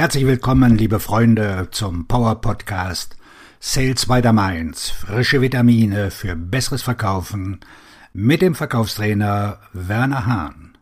Herzlich willkommen, liebe Freunde, zum Power Podcast Sales by the Mainz. Frische Vitamine für besseres Verkaufen mit dem Verkaufstrainer Werner Hahn.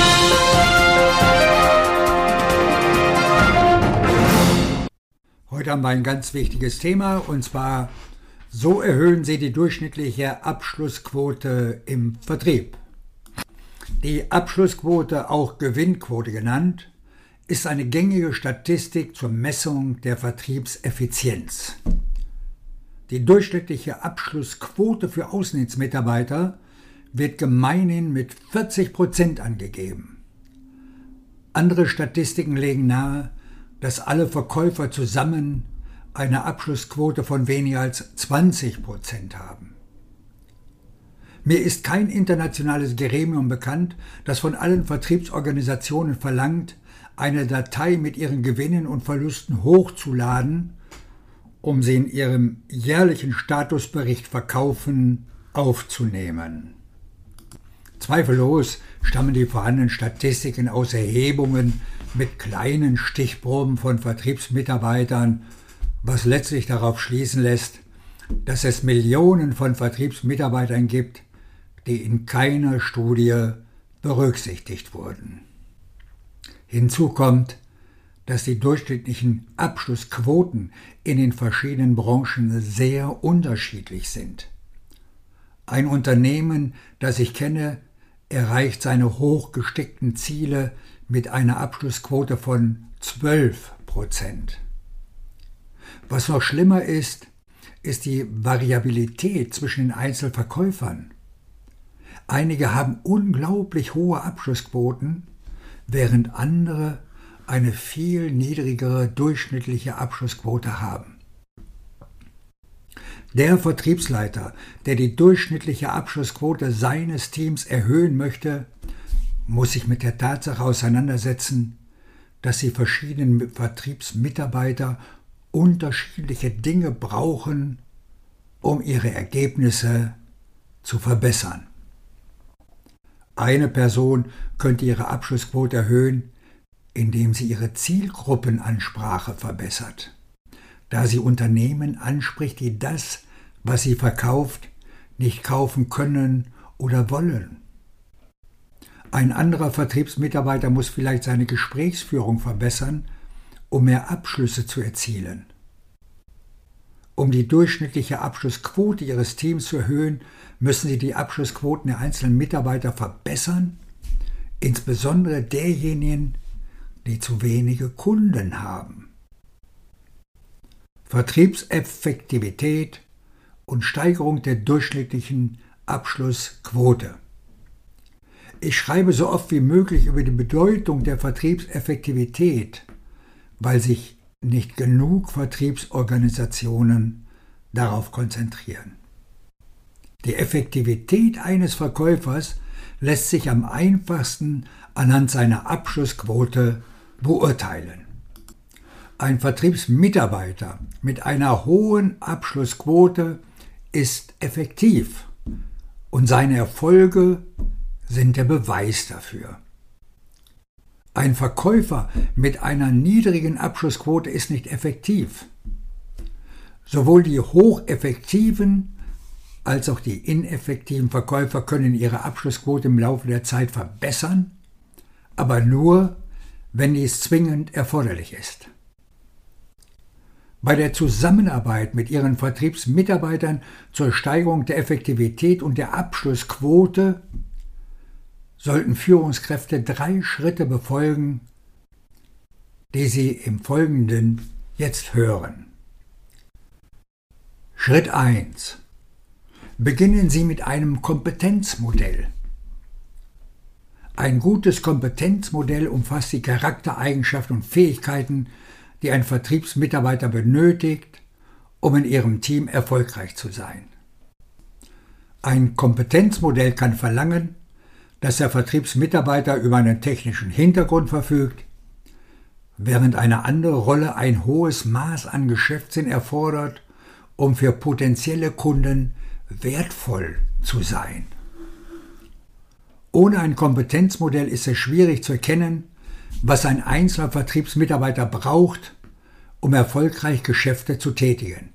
Heute haben wir ein ganz wichtiges Thema, und zwar: So erhöhen Sie die durchschnittliche Abschlussquote im Vertrieb. Die Abschlussquote, auch Gewinnquote genannt, ist eine gängige Statistik zur Messung der Vertriebseffizienz. Die durchschnittliche Abschlussquote für Außendienstmitarbeiter wird gemeinhin mit 40% angegeben. Andere Statistiken legen nahe, dass alle Verkäufer zusammen eine Abschlussquote von weniger als 20% haben. Mir ist kein internationales Gremium bekannt, das von allen Vertriebsorganisationen verlangt, eine Datei mit ihren Gewinnen und Verlusten hochzuladen, um sie in ihrem jährlichen Statusbericht Verkaufen aufzunehmen. Zweifellos stammen die vorhandenen Statistiken aus Erhebungen mit kleinen Stichproben von Vertriebsmitarbeitern, was letztlich darauf schließen lässt, dass es Millionen von Vertriebsmitarbeitern gibt, die in keiner Studie berücksichtigt wurden. Hinzu kommt, dass die durchschnittlichen Abschlussquoten in den verschiedenen Branchen sehr unterschiedlich sind. Ein Unternehmen, das ich kenne, erreicht seine hochgesteckten Ziele mit einer Abschlussquote von 12%. Was noch schlimmer ist die Variabilität zwischen den Einzelverkäufern. Einige haben unglaublich hohe Abschlussquoten, während andere eine viel niedrigere durchschnittliche Abschlussquote haben. Der Vertriebsleiter, der die durchschnittliche Abschlussquote seines Teams erhöhen möchte, muss sich mit der Tatsache auseinandersetzen, dass die verschiedenen Vertriebsmitarbeiter unterschiedliche Dinge brauchen, um ihre Ergebnisse zu verbessern. Eine Person könnte ihre Abschlussquote erhöhen, indem sie ihre Zielgruppenansprache verbessert, da sie Unternehmen anspricht, die das, was sie verkauft, nicht kaufen können oder wollen. Ein anderer Vertriebsmitarbeiter muss vielleicht seine Gesprächsführung verbessern, um mehr Abschlüsse zu erzielen. Um die durchschnittliche Abschlussquote ihres Teams zu erhöhen, müssen sie die Abschlussquoten der einzelnen Mitarbeiter verbessern, insbesondere derjenigen, die zu wenige Kunden haben. Vertriebseffektivität und Steigerung der durchschnittlichen Abschlussquote. Ich schreibe so oft wie möglich über die Bedeutung der Vertriebseffektivität, weil sich nicht genug Vertriebsorganisationen darauf konzentrieren. Die Effektivität eines Verkäufers lässt sich am einfachsten anhand seiner Abschlussquote beurteilen. Ein Vertriebsmitarbeiter mit einer hohen Abschlussquote ist effektiv und seine Erfolge sind der Beweis dafür. Ein Verkäufer mit einer niedrigen Abschlussquote ist nicht effektiv. Sowohl die hocheffektiven als auch die ineffektiven Verkäufer können ihre Abschlussquote im Laufe der Zeit verbessern, aber nur, wenn dies zwingend erforderlich ist. Bei der Zusammenarbeit mit ihren Vertriebsmitarbeitern zur Steigerung der Effektivität und der Abschlussquote sollten Führungskräfte 3 Schritte befolgen, die Sie im Folgenden jetzt hören. Schritt 1. Beginnen Sie mit einem Kompetenzmodell. Ein gutes Kompetenzmodell umfasst die Charaktereigenschaften und Fähigkeiten, die ein Vertriebsmitarbeiter benötigt, um in ihrem Team erfolgreich zu sein. Ein Kompetenzmodell kann verlangen, dass der Vertriebsmitarbeiter über einen technischen Hintergrund verfügt, während eine andere Rolle ein hohes Maß an Geschäftssinn erfordert, um für potenzielle Kunden wertvoll zu sein. Ohne ein Kompetenzmodell ist es schwierig zu erkennen, was ein einzelner Vertriebsmitarbeiter braucht, um erfolgreich Geschäfte zu tätigen.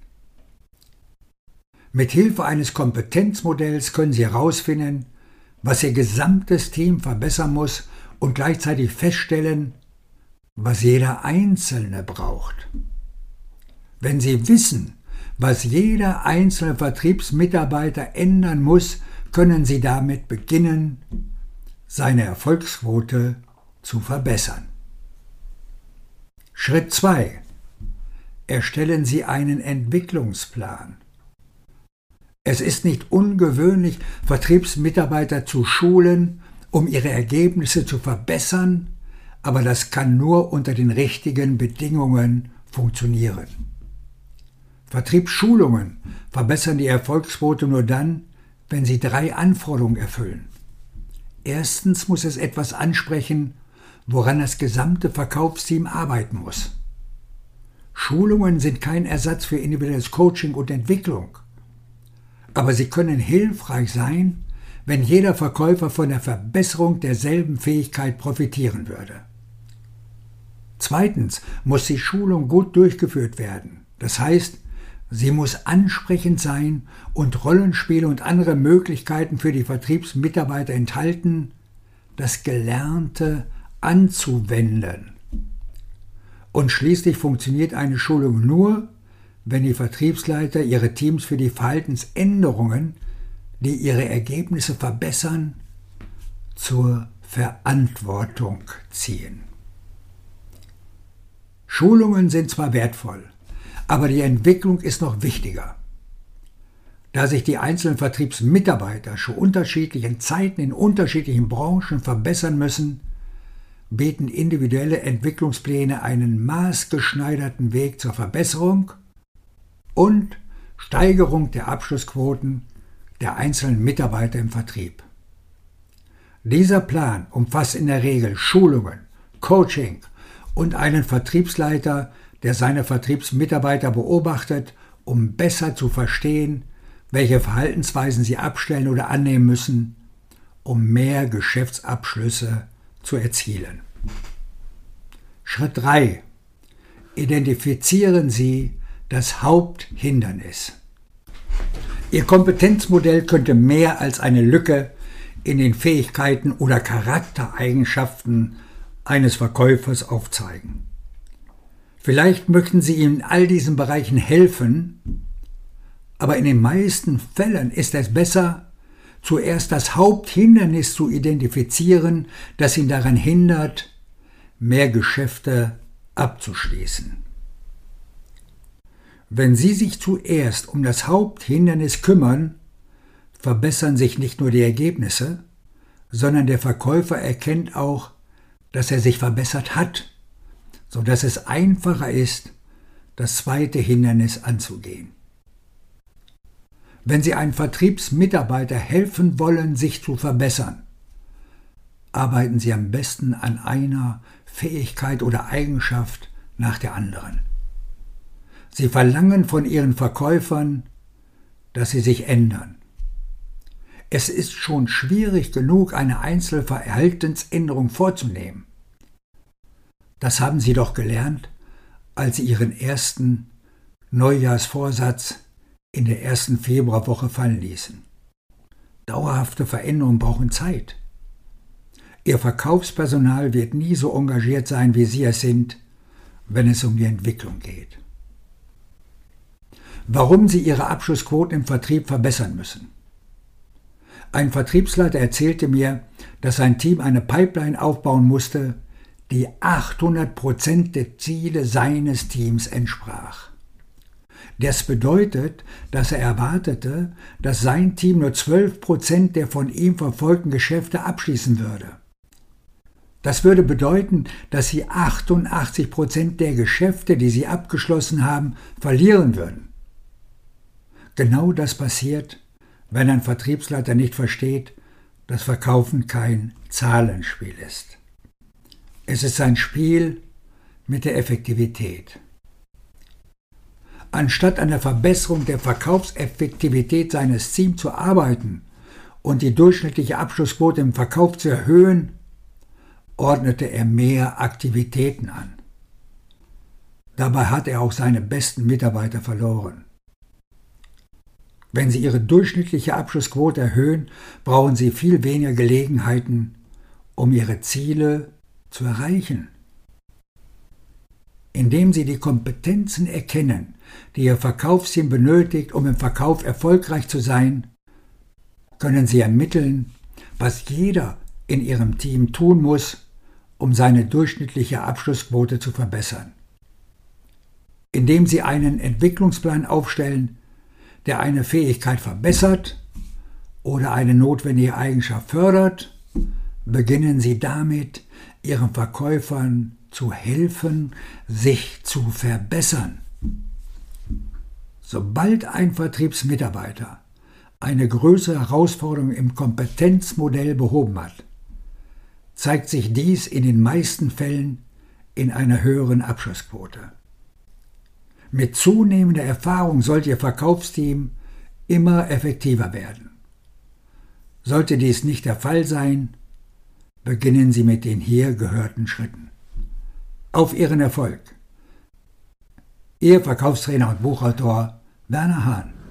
Mit Hilfe eines Kompetenzmodells können Sie herausfinden, was Ihr gesamtes Team verbessern muss und gleichzeitig feststellen, was jeder Einzelne braucht. Wenn Sie wissen, was jeder einzelne Vertriebsmitarbeiter ändern muss, können Sie damit beginnen, seine Erfolgsquote zu verbessern. Schritt 2. Erstellen Sie einen Entwicklungsplan. Es ist nicht ungewöhnlich, Vertriebsmitarbeiter zu schulen, um ihre Ergebnisse zu verbessern, aber das kann nur unter den richtigen Bedingungen funktionieren. Vertriebsschulungen verbessern die Erfolgsquote nur dann, wenn sie 3 Anforderungen erfüllen. Erstens muss es etwas ansprechen, woran das gesamte Verkaufsteam arbeiten muss. Schulungen sind kein Ersatz für individuelles Coaching und Entwicklung, aber sie können hilfreich sein, wenn jeder Verkäufer von der Verbesserung derselben Fähigkeit profitieren würde. Zweitens muss die Schulung gut durchgeführt werden. Das heißt, sie muss ansprechend sein und Rollenspiele und andere Möglichkeiten für die Vertriebsmitarbeiter enthalten, das Gelernte anzuwenden. Und schließlich funktioniert eine Schulung nur, wenn die Vertriebsleiter ihre Teams für die Verhaltensänderungen, die ihre Ergebnisse verbessern, zur Verantwortung ziehen. Schulungen sind zwar wertvoll, aber die Entwicklung ist noch wichtiger. Da sich die einzelnen Vertriebsmitarbeiter zu unterschiedlichen Zeiten in unterschiedlichen Branchen verbessern müssen, bieten individuelle Entwicklungspläne einen maßgeschneiderten Weg zur Verbesserung und Steigerung der Abschlussquoten der einzelnen Mitarbeiter im Vertrieb. Dieser Plan umfasst in der Regel Schulungen, Coaching und einen Vertriebsleiter, der seine Vertriebsmitarbeiter beobachtet, um besser zu verstehen, welche Verhaltensweisen sie abstellen oder annehmen müssen, um mehr Geschäftsabschlüsse zu erzielen. Schritt 3. Identifizieren Sie das Haupthindernis. Ihr Kompetenzmodell könnte mehr als eine Lücke in den Fähigkeiten oder Charaktereigenschaften eines Verkäufers aufzeigen. Vielleicht möchten Sie ihm in all diesen Bereichen helfen, aber in den meisten Fällen ist es besser, zuerst das Haupthindernis zu identifizieren, das ihn daran hindert, mehr Geschäfte abzuschließen. Wenn Sie sich zuerst um das Haupthindernis kümmern, verbessern sich nicht nur die Ergebnisse, sondern der Verkäufer erkennt auch, dass er sich verbessert hat, sodass es einfacher ist, das zweite Hindernis anzugehen. Wenn Sie einem Vertriebsmitarbeiter helfen wollen, sich zu verbessern, arbeiten Sie am besten an einer Fähigkeit oder Eigenschaft nach der anderen. Sie verlangen von Ihren Verkäufern, dass sie sich ändern. Es ist schon schwierig genug, eine Einzelverhaltensänderung vorzunehmen. Das haben Sie doch gelernt, als Sie Ihren ersten Neujahrsvorsatz in der ersten Februarwoche fallen ließen. Dauerhafte Veränderungen brauchen Zeit. Ihr Verkaufspersonal wird nie so engagiert sein, wie Sie es sind, wenn es um die Entwicklung geht. Warum Sie Ihre Abschlussquoten im Vertrieb verbessern müssen. Ein Vertriebsleiter erzählte mir, dass sein Team eine Pipeline aufbauen musste, die 800% der Ziele seines Teams entsprach. Das bedeutet, dass er erwartete, dass sein Team nur 12% der von ihm verfolgten Geschäfte abschließen würde. Das würde bedeuten, dass sie 88% der Geschäfte, die sie abgeschlossen haben, verlieren würden. Genau das passiert, wenn ein Vertriebsleiter nicht versteht, dass Verkaufen kein Zahlenspiel ist. Es ist ein Spiel mit der Effektivität. Anstatt an der Verbesserung der Verkaufseffektivität seines Teams zu arbeiten und die durchschnittliche Abschlussquote im Verkauf zu erhöhen, ordnete er mehr Aktivitäten an. Dabei hat er auch seine besten Mitarbeiter verloren. Wenn Sie Ihre durchschnittliche Abschlussquote erhöhen, brauchen Sie viel weniger Gelegenheiten, um Ihre Ziele zu erreichen. Indem Sie die Kompetenzen erkennen, die Ihr Verkaufsteam benötigt, um im Verkauf erfolgreich zu sein, können Sie ermitteln, was jeder in Ihrem Team tun muss, um seine durchschnittliche Abschlussquote zu verbessern. Indem Sie einen Entwicklungsplan aufstellen, der eine Fähigkeit verbessert oder eine notwendige Eigenschaft fördert, beginnen Sie damit, Ihren Verkäufern zu helfen, sich zu verbessern. Sobald ein Vertriebsmitarbeiter eine größere Herausforderung im Kompetenzmodell behoben hat, zeigt sich dies in den meisten Fällen in einer höheren Abschlussquote. Mit zunehmender Erfahrung sollte Ihr Verkaufsteam immer effektiver werden. Sollte dies nicht der Fall sein, beginnen Sie mit den hier gehörten Schritten. Auf Ihren Erfolg. Ihr Verkaufstrainer und Buchautor Werner Hahn.